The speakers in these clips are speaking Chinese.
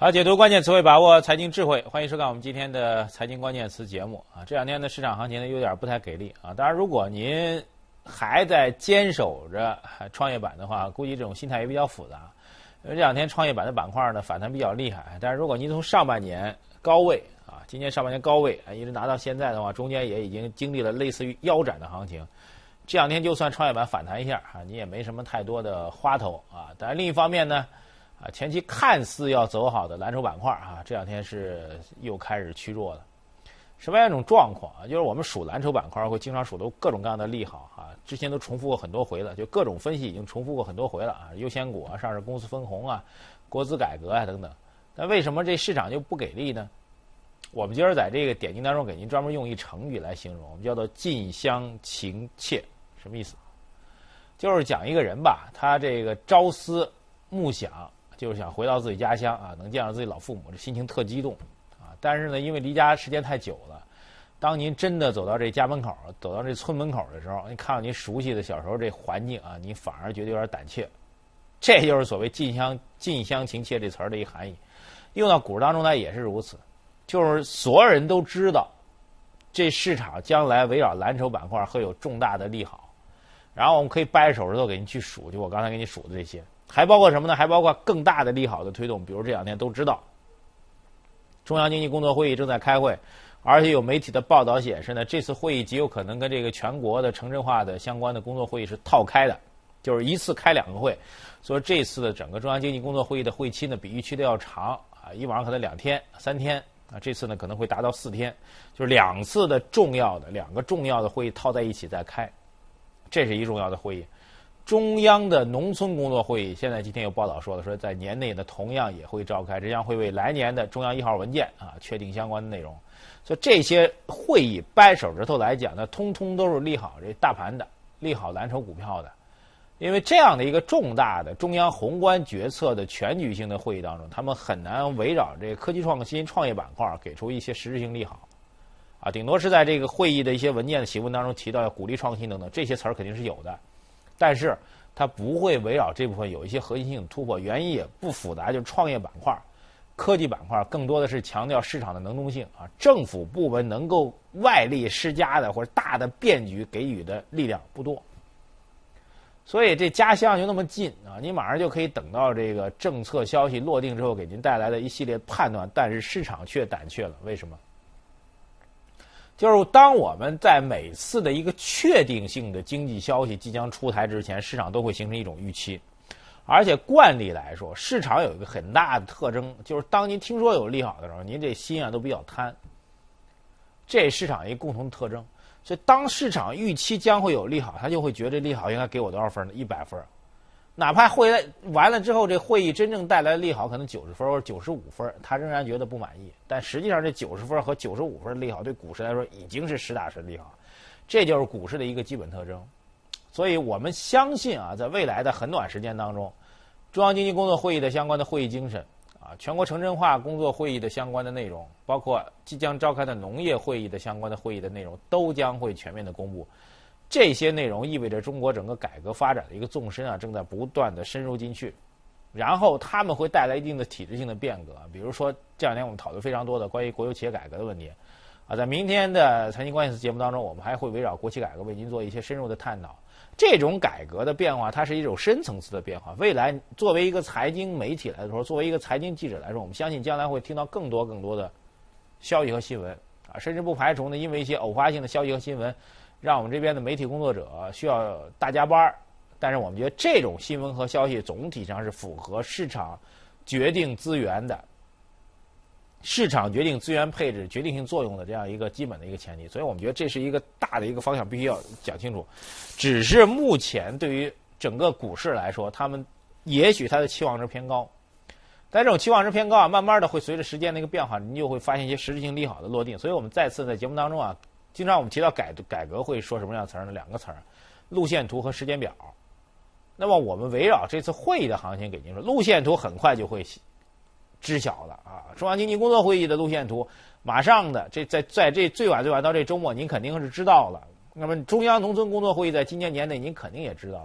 好，解读关键词汇，把握财经智慧，欢迎收看我们今天的财经关键词节目啊。这两天的市场行情呢有点不太给力啊。当然，如果您还在坚守着创业板的话，估计这种心态也比较复杂。因为这两天创业板的板块呢反弹比较厉害，但是如果您从上半年高位啊，今年上半年高位一直拿到现在的话，中间也已经经历了类似于腰斩的行情。这两天就算创业板反弹一下啊，你也没什么太多的花头啊。但是另一方面呢，前期看似要走好的蓝筹板块啊，这两天是又开始趋弱了。什么样一种状况啊？就是我们数蓝筹板块会经常数到各种各样的利好啊，之前都重复过很多回了，就各种分析已经重复过很多回了啊，优先股啊、上市公司分红啊、国资改革啊等等。但为什么这市场就不给力呢？我们今儿在这个点评当中给您专门用一成语来形容，我们叫做近乡情怯。什么意思？就是讲一个人吧，他这个朝思暮想，就是想回到自己家乡啊，能见到自己老父母，这心情特激动啊。但是呢，因为离家时间太久了，当您真的走到这家门口，走到这村门口的时候，你看到您熟悉的小时候这环境啊，你反而觉得有点胆怯。这就是所谓近乡情怯这词儿的一含义。用到股市当中呢也是如此，就是所有人都知道这市场将来围绕蓝筹板块会有重大的利好，然后我们可以掰着手指头给您去数，就我刚才给你数的这些，还包括什么呢？还包括更大的利好的推动，比如这两天都知道，中央经济工作会议正在开会，而且有媒体的报道显示呢，这次会议极有可能跟这个全国的城镇化的相关的工作会议是套开的，就是一次开两个会，所以这次的整个中央经济工作会议的会期呢，比预期的要长啊，以往可能2天、3天啊，这次呢可能会达到4天，就是两个重要的会议套在一起再开。这是一重要的会议。中央的农村工作会议现在今天有报道说了，说在年内呢同样也会召开，这将会为来年的中央1号文件啊确定相关的内容。所以这些会议掰手指头来讲呢，通通都是利好这大盘的，利好蓝筹股票的。因为这样的一个重大的中央宏观决策的全局性的会议当中，他们很难围绕这个科技创新创业板块给出一些实质性利好啊，顶多是在这个会议的一些文件的行文当中提到要鼓励创新等等，这些词儿肯定是有的，但是它不会围绕这部分有一些核心性的突破，原因也不复杂，就是创业板块、科技板块更多的是强调市场的能动性啊，政府部门能够外力施加的或者大的变局给予的力量不多，所以这家乡就那么近啊，你马上就可以等到这个政策消息落定之后给您带来的一系列判断，但是市场却胆怯了，为什么？就是当我们在每次的一个确定性的经济消息即将出台之前，市场都会形成一种预期，而且惯例来说，市场有一个很大的特征，就是当您听说有利好的时候，您这心都比较贪，这市场一个共同特征。所以当市场预期将会有利好，他就会觉得利好应该给我多少分呢？100分。哪怕会完了之后，这会议真正带来的利好可能90分或者95分，他仍然觉得不满意。但实际上，这90分和95分的利好对股市来说已经是实打实的利好，这就是股市的一个基本特征。所以我们相信啊，在未来的很短时间当中，中央经济工作会议的相关的会议精神啊，全国城镇化工作会议的相关的内容，包括即将召开的农业会议的相关的会议的内容，都将会全面的公布。这些内容意味着中国整个改革发展的一个纵深啊，正在不断的深入进去，然后他们会带来一定的体制性的变革。比如说这两天我们讨论非常多的关于国有企业改革的问题啊，在明天的财经关键词节目当中，我们还会围绕国企改革为您做一些深入的探讨。这种改革的变化，它是一种深层次的变化。未来作为一个财经媒体来说，作为一个财经记者来说，我们相信将来会听到更多的消息和新闻啊，甚至不排除呢，因为一些偶发性的消息和新闻，让我们这边的媒体工作者需要大加班，但是我们觉得这种新闻和消息总体上是符合市场决定资源的、市场决定资源配置决定性作用的这样一个基本的一个前提，所以我们觉得这是一个大的一个方向，必须要讲清楚。只是目前对于整个股市来说，他们也许它的期望值偏高，但这种期望值偏高啊，慢慢的会随着时间的一个变化，你就会发现一些实质性利好的落定。所以我们再次在节目当中啊，经常我们提到改革会说什么样的词儿呢？2个词儿，路线图和时间表。那么我们围绕这次会议的行情给您说，路线图很快就会知晓了啊。中央经济工作会议的路线图，马上的在这最晚到这周末，您肯定是知道了。那么中央农村工作会议在今年年内，您肯定也知道了。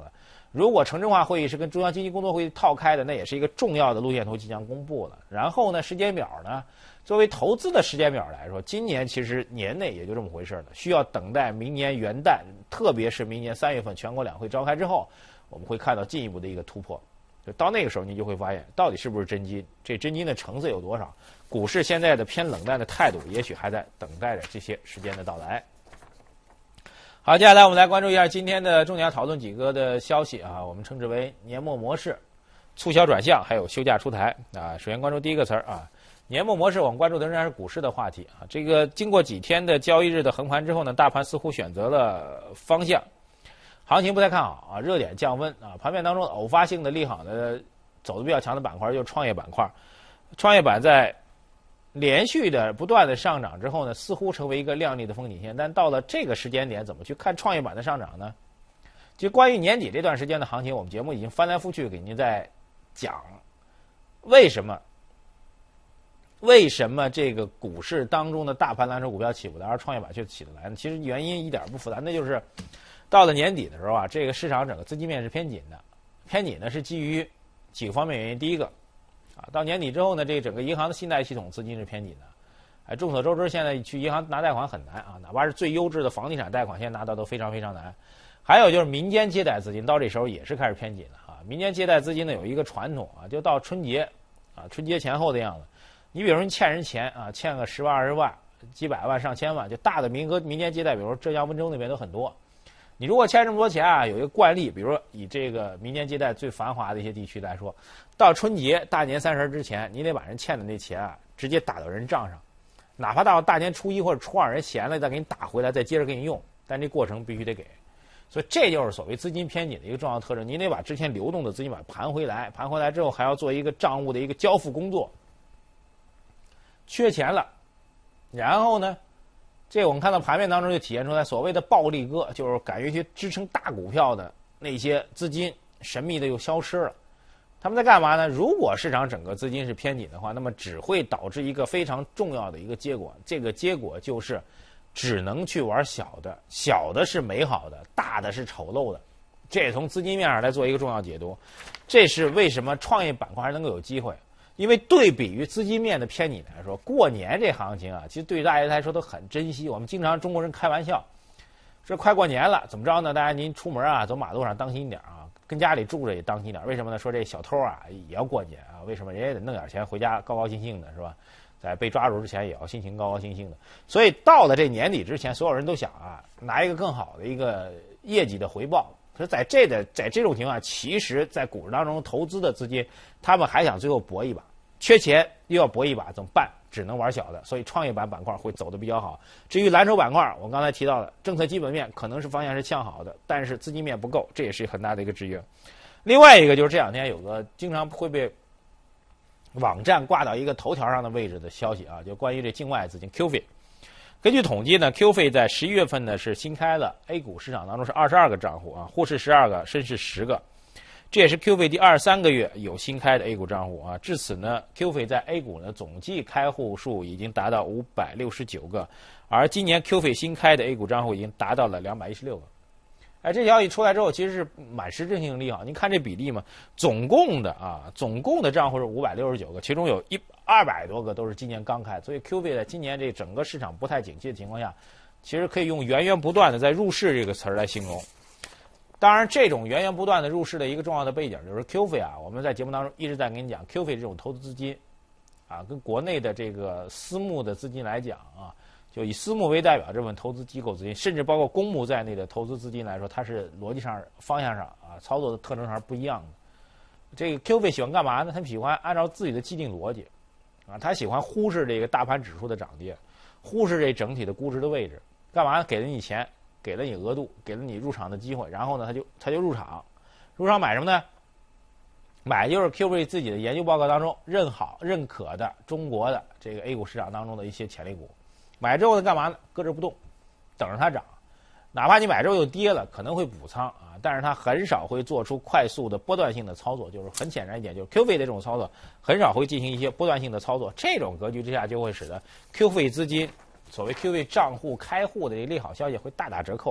如果城镇化会议是跟中央经济工作会议套开的，那也是一个重要的路线图即将公布了。然后呢，时间表呢，作为投资的时间表来说，今年其实年内也就这么回事了，需要等待明年元旦，特别是明年3月份全国两会召开之后，我们会看到进一步的一个突破。就到那个时候，你就会发现到底是不是真金，这真金的成色有多少？股市现在的偏冷淡的态度，也许还在等待着这些时间的到来。好，接下来我们来关注一下今天的重点讨论几个的消息啊，我们称之为年末模式、促销转向，还有休假出台啊。首先关注第一个词儿啊，年末模式，我们关注的仍然是股市的话题啊。这个经过几天的交易日的横盘之后呢，大盘似乎选择了方向，行情不太看好啊，热点降温啊。盘面当中偶发性的利好的走的比较强的板块就是创业板块，创业板在连续的不断的上涨之后呢，似乎成为一个亮丽的风景线。但到了这个时间点，怎么去看创业板的上涨呢？就关于年底这段时间的行情，我们节目已经翻来覆去给您在讲，为什么这个股市当中的大盘蓝筹股票起不来，而创业板却起得来呢？其实原因一点不复杂，那就是到了年底的时候啊，这个市场整个资金面是偏紧的。偏紧呢是基于几个方面原因。第一个啊，到年底之后呢，这整个银行的信贷系统资金是偏紧的。众所周知，现在去银行拿贷款很难啊，哪怕是最优质的房地产贷款，现在拿到都非常非常难。还有就是民间借贷资金到这时候也是开始偏紧了啊。民间借贷资金呢有一个传统啊，就到春节啊，春节前后的样子。你比如说你欠人钱啊，欠个10万20万、几百万上千万，就大的民间借贷，比如说浙江温州那边都很多。你如果欠这么多钱啊，有一个惯例，比如说以这个民间借贷最繁华的一些地区来说，到春节大年30之前，你得把人欠的那钱啊直接打到人账上，哪怕到大年初1或者初2人闲了再给你打回来，再接着给你用，但这过程必须得给。所以这就是所谓资金偏紧的一个重要特征，你得把之前流动的资金把它盘回来，盘回来之后还要做一个账务的一个交付工作。缺钱了，然后呢，这我们看到盘面当中就体现出来所谓的暴力哥，就是敢于去支撑大股票的那些资金神秘的又消失了。他们在干嘛呢？如果市场整个资金是偏紧的话，那么只会导致一个非常重要的一个结果，这个结果就是只能去玩小的，小的是美好的，大的是丑陋的。这也从资金面上来做一个重要解读。这是为什么创业板块还能够有机会。因为对比于资金面的偏紧来说，过年这行情啊，其实对于大家来说都很珍惜。我们经常中国人开玩笑，这快过年了，怎么着呢？大家您出门啊，走马路上当心点啊，跟家里住着也当心点。为什么呢？说这小偷啊也要过年啊，为什么？人家得弄点钱回家，高高兴兴的是吧？在被抓住之前也要心情高高兴兴的。所以到了这年底之前，所有人都想啊，拿一个更好的一个业绩的回报。可是在这种情况，其实在股市当中投资的资金，他们还想最后搏一把，缺钱又要搏一把，怎么办？只能玩小的，所以创业板板块会走得比较好。至于蓝筹板块，我刚才提到了政策基本面可能是方向是向好的，但是资金面不够，这也是很大的一个制约。另外一个就是这两天有个经常会被网站挂到一个头条上的位置的消息啊，就关于这境外资金 QF。根据统计呢 ，QF 在11月份呢是新开了 A 股市场当中是22个账户啊，沪市12个，深市10个，这也是 QF 第23个月有新开的 A 股账户啊。至此呢 ，QF 在 A 股呢总计开户数已经达到569个，而今年 QF 新开的 A 股账户已经达到了216个。这消息出来之后，其实是蛮实质性的利好。您看这比例嘛，总共的账户是569个，其中有200多个都是今年刚开，所以 QF 在今年这整个市场不太景气的情况下，其实可以用源源不断的在入市这个词儿来形容。当然，这种源源不断的入市的一个重要的背景就是 QF 啊，我们在节目当中一直在跟你讲 QF 这种投资资金啊，跟国内的这个私募的资金来讲啊。就以私募为代表这份投资机构资金，甚至包括公募在内的投资资金来说，它是逻辑上、方向上啊、操作的特征上是不一样的。这个 QF 喜欢干嘛呢？他喜欢按照自己的既定逻辑，啊，他喜欢忽视这个大盘指数的涨跌，忽视这整体的估值的位置，干嘛？给了你钱，给了你额度，给了你入场的机会，然后呢，他就入场买什么呢？买就是 QF 自己的研究报告当中认可的中国的这个 A 股市场当中的一些潜力股。买之后呢，干嘛呢？搁这不动，等着它涨。哪怕你买之后又跌了，可能会补仓啊，但是它很少会做出快速的波段性的操作。就是很显然一点，就是 QF 的这种操作很少会进行一些波段性的操作。这种格局之下，就会使得 QF 资金所谓 QF 账户开户的这个利好消息会大打折扣。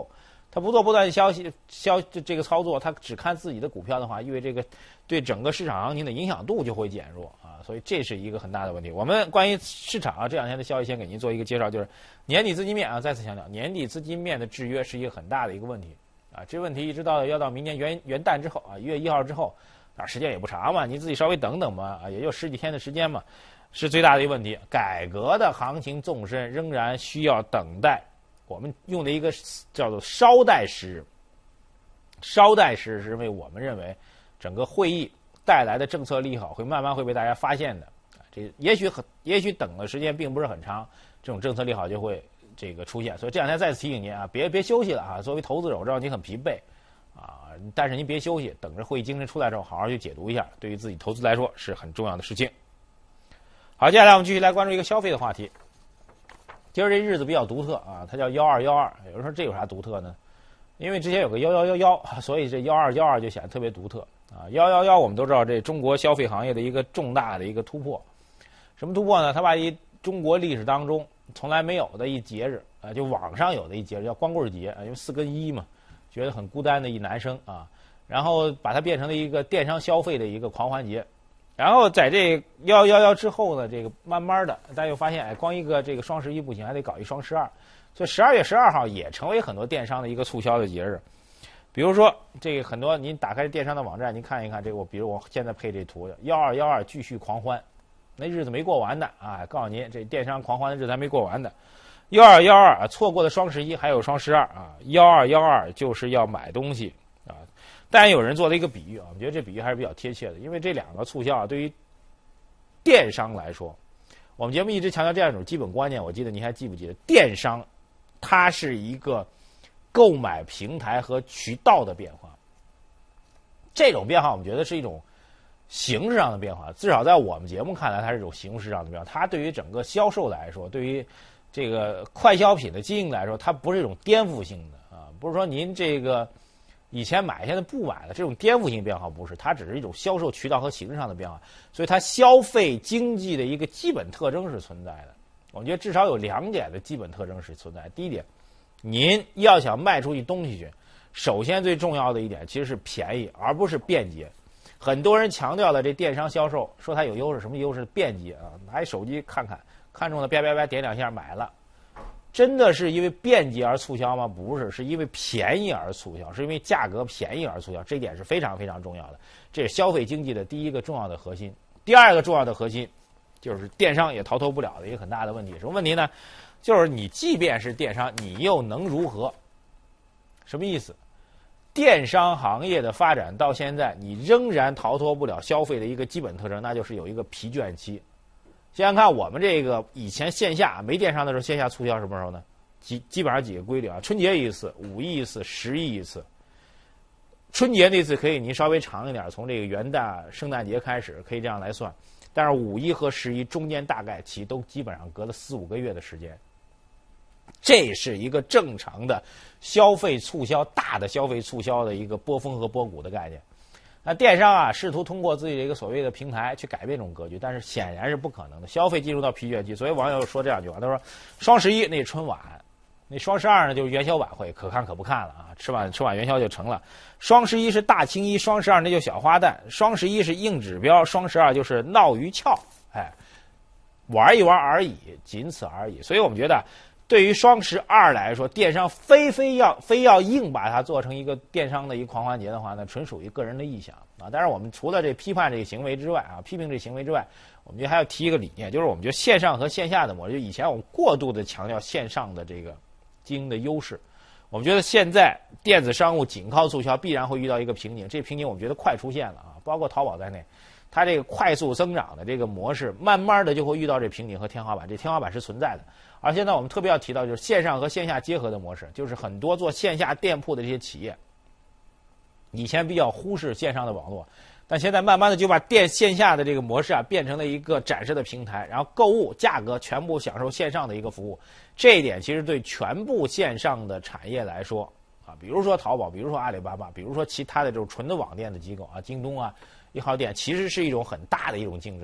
他不做波段这个操作，他只看自己的股票的话，意味这个对整个市场行情的影响度就会减弱啊，所以这是一个很大的问题。我们关于市场这两天的消息，先给您做一个介绍，就是年底资金面啊，再次强调，年底资金面的制约是一个很大的一个问题啊，这问题一直要到明年元旦之后啊，1月1号之后，时间也不长嘛，你自己稍微等等嘛，啊，也就10几天的时间嘛，是最大的一个问题。改革的行情纵深仍然需要等待。我们用的一个叫做稍待时日，稍待时日是因为我们认为整个会议带来的政策利好会慢慢会被大家发现的，这也许等的时间并不是很长，这种政策利好就会这个出现。所以这两天再次提醒您啊，别休息了啊！作为投资者，我知道您很疲惫啊，但是您别休息，等着会议精神出来之后，好好去解读一下，对于自己投资来说是很重要的事情。好，接下来我们继续来关注一个消费的话题。今儿这日子比较独特啊，它叫1212。有人说这有啥独特呢？因为之前有个1111，所以这1212就显得特别独特啊。111我们都知道，这中国消费行业的一个重大的一个突破。什么突破呢？它把中国历史当中从来没有的一节日啊，就网上有的一节日叫光棍节啊，因为4跟1嘛，觉得很孤单的一男生啊，然后把它变成了一个电商消费的一个狂欢节。然后在这111之后呢，这个慢慢的大家又发现，哎，光一个这个双11不行，还得搞一双12，所以12月12号也成为很多电商的一个促销的节日。比如说这个很多您打开电商的网站，您看一看这个，比如我现在配这图，1212继续狂欢，那日子没过完的啊！告诉您，这电商狂欢的日子还没过完的。1212啊，错过的双11还有双12啊，1212就是要买东西啊。当然有人做了一个比喻啊，我觉得这比喻还是比较贴切的，因为这两个促销啊，对于电商来说，我们节目一直强调这样一种基本观念，我记得您还记不记得？电商它是一个购买平台和渠道的变化，这种变化我们觉得是一种形式上的变化，至少在我们节目看来，它是一种形式上的变化。它对于整个销售来说，对于这个快消品的经营来说，它不是一种颠覆性的啊，不是说您这个以前买现在不买了，这种颠覆性变化不是，它只是一种销售渠道和形式上的变化，所以它消费经济的一个基本特征是存在的。我觉得至少有2点的基本特征是存在。第一点，您要想卖出去东西去，首先最重要的一点其实是便宜，而不是便捷。很多人强调了这电商销售，说它有优势，什么优势？便捷啊，拿一手机看看，看中了啪啪啪点2下买了。真的是因为便捷而促销吗？不是，是因为便宜而促销，是因为价格便宜而促销，这一点是非常非常重要的。这是消费经济的第一个重要的核心。第二个重要的核心，就是电商也逃脱不了的一个很大的问题。什么问题呢？就是你即便是电商，你又能如何？什么意思？电商行业的发展到现在，你仍然逃脱不了消费的一个基本特征，那就是有一个疲倦期。想想看，我们这个以前线下没电商的时候，线下促销什么时候呢？基本上几个规律啊，春节一次，5一一次，10一一次。春节那次可以您稍微长一点，从这个元旦、圣诞节开始，可以这样来算。但是5一和10一中间大概其都基本上隔了4、5个月的时间。这是一个正常的消费促销、大的消费促销的一个波峰和波谷的概念。那电商啊，试图通过自己的一个所谓的平台去改变这种格局，但是显然是不可能的。消费进入到疲倦期，所以网友说这两句话，他说：双11那春晚，那双12呢就是元宵晚会，可看可不看了啊，吃碗元宵就成了。双11是大青衣，双12那就小花旦，双11是硬指标，双12就是闹鱼翘，哎，玩一玩而已，仅此而已。所以我们觉得，对于双12来说，电商非要硬把它做成一个电商的一个狂欢节的话呢，纯属于个人的臆想啊。当然，我们除了这批判这个行为之外啊，批评这个行为之外，我们觉得还要提一个理念，就是我们觉得线上和线下的模式，就以前我们过度的强调线上的这个经营的优势，我们觉得现在电子商务仅靠促销必然会遇到一个瓶颈，这瓶颈我们觉得快出现了啊，包括淘宝在内。它这个快速增长的这个模式，慢慢的就会遇到这瓶颈和天花板，这天花板是存在的。而现在我们特别要提到，就是线上和线下结合的模式，就是很多做线下店铺的这些企业，以前比较忽视线上的网络，但现在慢慢的就把线下的这个模式啊，变成了一个展示的平台，然后购物价格全部享受线上的一个服务。这一点其实对全部线上的产业来说啊，比如说淘宝，比如说阿里巴巴，比如说其他的这种纯的网店的机构啊，京东啊，1号店，其实是一种很大的一种竞争。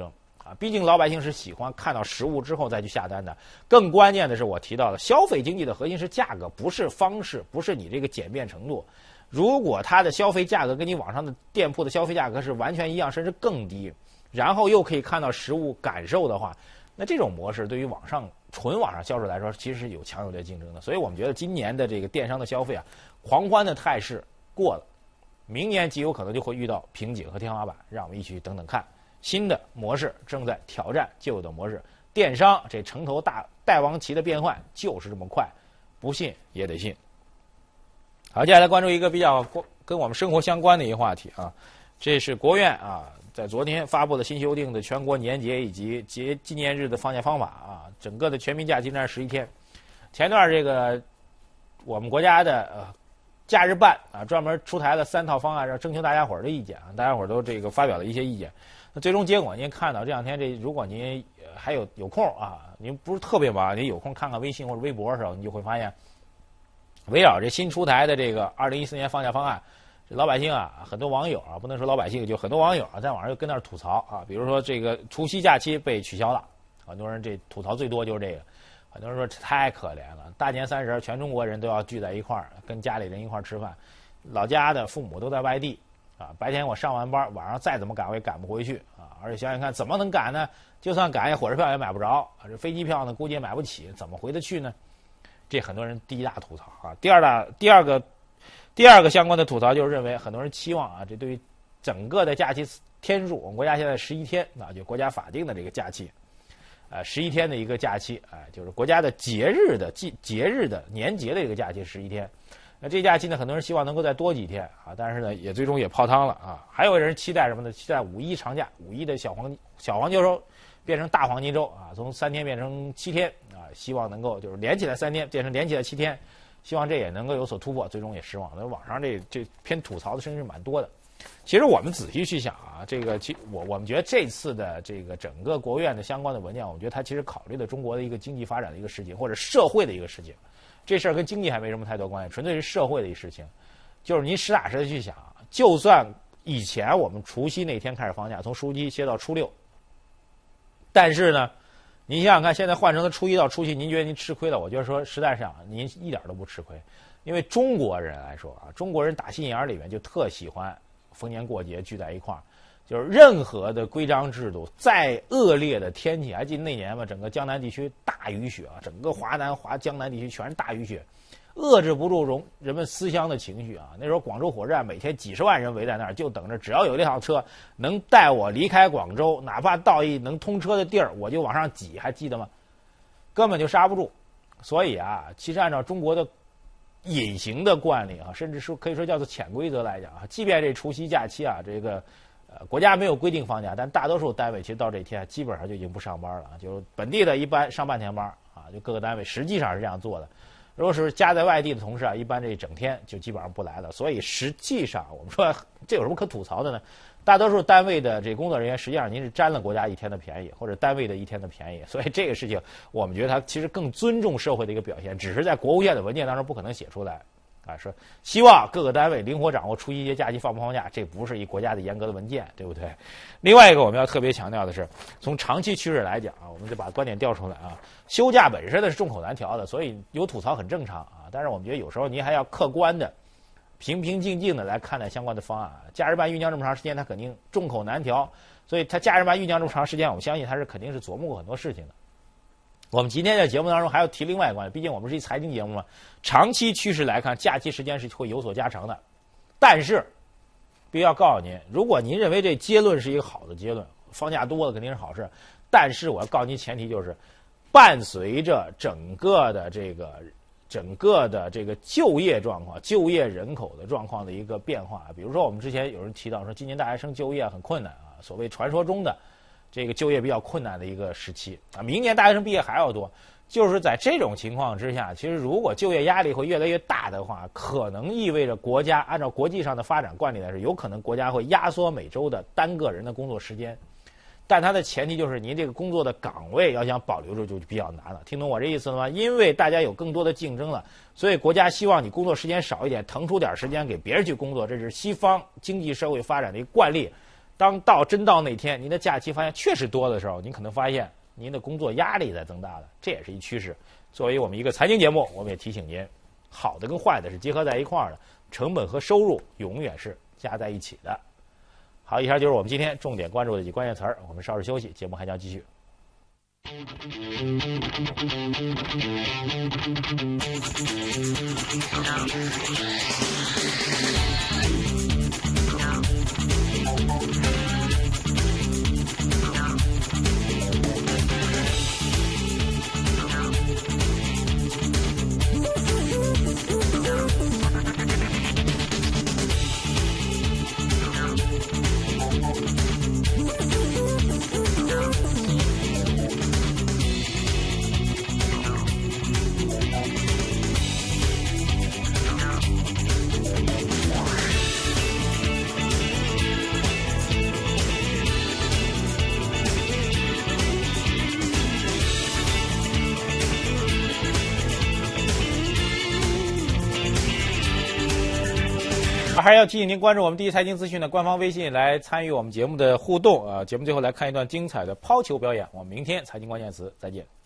啊，毕竟老百姓是喜欢看到实物之后再去下单的。更关键的是我提到的，消费经济的核心是价格，不是方式，不是你这个简便程度。如果它的消费价格跟你网上的店铺的消费价格是完全一样，甚至更低，然后又可以看到实物感受的话，那这种模式对于纯网上销售来说，其实是有强有力竞争的。所以我们觉得今年的这个电商的消费啊，狂欢的态势过了，明年极有可能就会遇到瓶颈和天花板，让我们一起等等看。新的模式正在挑战旧的模式，电商这城头大王旗的变换就是这么快，不信也得信。好，接下来关注一个比较跟我们生活相关的一个话题啊，这是国务院啊在昨天发布的新修订的全国年节以及纪念日的放假方法啊，整个的全民假期呢是11天。前段这个我们国家的假日办啊专门出台了3套方案，让征求大家伙儿的意见啊，大家伙儿都这个发表了一些意见。那最终结果您看到这两天如果您还有空啊，您不是特别忙，您有空看看微信或者微博的时候，你就会发现，围绕这新出台的这个2014年放假方案，这老百姓啊，很多网友啊，不能说老百姓，就很多网友啊，在网上又跟那儿吐槽啊，比如说这个除夕假期被取消了，很多人这吐槽最多就是这个，很多人说太可怜了，大年30全中国人都要聚在一块儿，跟家里人一块儿吃饭，老家的父母都在外地。啊，白天我上完班，晚上再怎么赶我也赶不回去啊！而且想想看，怎么能赶呢？就算赶，火车票也买不着，这飞机票呢估计也买不起，怎么回得去呢？这很多人第一大吐槽啊。第二个相关的吐槽就是认为很多人期望啊，这对于整个的假期天数，我们国家现在11天啊，就国家法定的这个假期，11天的一个假期，就是国家的节日的年节的这个假期11天。那这假期呢，很多人希望能够再多几天啊，但是呢，也最终也泡汤了啊。还有人期待什么呢？期待五一长假，五一的小黄金周变成大黄金周啊，从3天变成7天啊，希望能够就是连起来3天变成连起来7天，希望这也能够有所突破。最终也失望。那网上这偏吐槽的声音是蛮多的。其实我们仔细去想啊，这个我们觉得这次的这个整个国务院的相关的文件，我们觉得它其实考虑了中国的一个经济发展的一个事情，或者社会的一个事情。这事儿跟经济还没什么太多关系，纯粹是社会的一事情。就是您实打实的去想，就算以前我们除夕那天开始放假，从初七歇到初六，但是呢，您想想看，现在换成了初一到初七，您觉得您吃亏了？我觉得说实在上您一点都不吃亏，因为中国人来说啊，中国人打心眼里面就特喜欢逢年过节聚在一块儿。就是任何的规章制度，再恶劣的天气，还记得那年嘛，整个江南地区大雨雪啊，整个华江南地区全是大雨雪，遏制不住人们思乡的情绪啊。那时候广州火车站每天几十万人围在那儿，就等着只要有这趟车能带我离开广州，哪怕到一能通车的地儿，我就往上挤，还记得吗？根本就刹不住。所以啊，其实按照中国的隐形的惯例啊，甚至说可以说叫做潜规则来讲啊，即便这除夕假期啊，这个国家没有规定放假，但大多数单位其实到这天基本上就已经不上班了，就本地的一般上半天班啊，就各个单位实际上是这样做的。如果是家在外地的同事啊，一般这整天就基本上不来了。所以实际上我们说这有什么可吐槽的呢？大多数单位的这工作人员实际上您是占了国家1天的便宜，或者单位的1天的便宜。所以这个事情我们觉得它其实更尊重社会的一个表现，只是在国务院的文件当中不可能写出来。说希望各个单位灵活掌握除夕节假期放不放假，这不是一国家的严格的文件，对不对？另外一个我们要特别强调的是，从长期趋势来讲啊，我们就把观点调出来啊。休假本身呢是众口难调的，所以有吐槽很正常啊。但是我们觉得有时候您还要客观的、平平静静的来看待相关的方案。假日办酝酿这么长时间，它肯定众口难调，所以它假日办酝酿这么长时间，我们相信它是肯定是琢磨过很多事情的。我们今天在节目当中还要提另外一个观点，毕竟我们是一财经节目嘛，长期趋势来看，假期时间是会有所加长的。但是，必须要告诉您，如果您认为这结论是一个好的结论，放假多了肯定是好事。但是我要告诉您，前提就是伴随着整个的这个就业状况、就业人口的状况的一个变化。比如说，我们之前有人提到说，今年大学生就业很困难啊，所谓传说中的这个就业比较困难的一个时期啊，明年大学生毕业还要多。就是在这种情况之下，其实如果就业压力会越来越大的话，可能意味着国家按照国际上的发展惯例来说，有可能国家会压缩每周的单个人的工作时间。但它的前提就是您这个工作的岗位要想保留住就比较难了，听懂我这意思了吗？因为大家有更多的竞争了，所以国家希望你工作时间少一点，腾出点时间给别人去工作，这是西方经济社会发展的一个惯例。 真到那天，您的假期发现确实多的时候，您可能发现您的工作压力在增大的，这也是一趋势。作为我们一个财经节目，我们也提醒您，好的跟坏的是结合在一块儿的，成本和收入永远是加在一起的。好，以上就是我们今天重点关注的几关键词儿，我们稍事休息，节目还将继续。还是要提醒您关注我们第一财经资讯的官方微信，来参与我们节目的互动啊！节目最后来看一段精彩的抛球表演。我们明天财经关键词再见。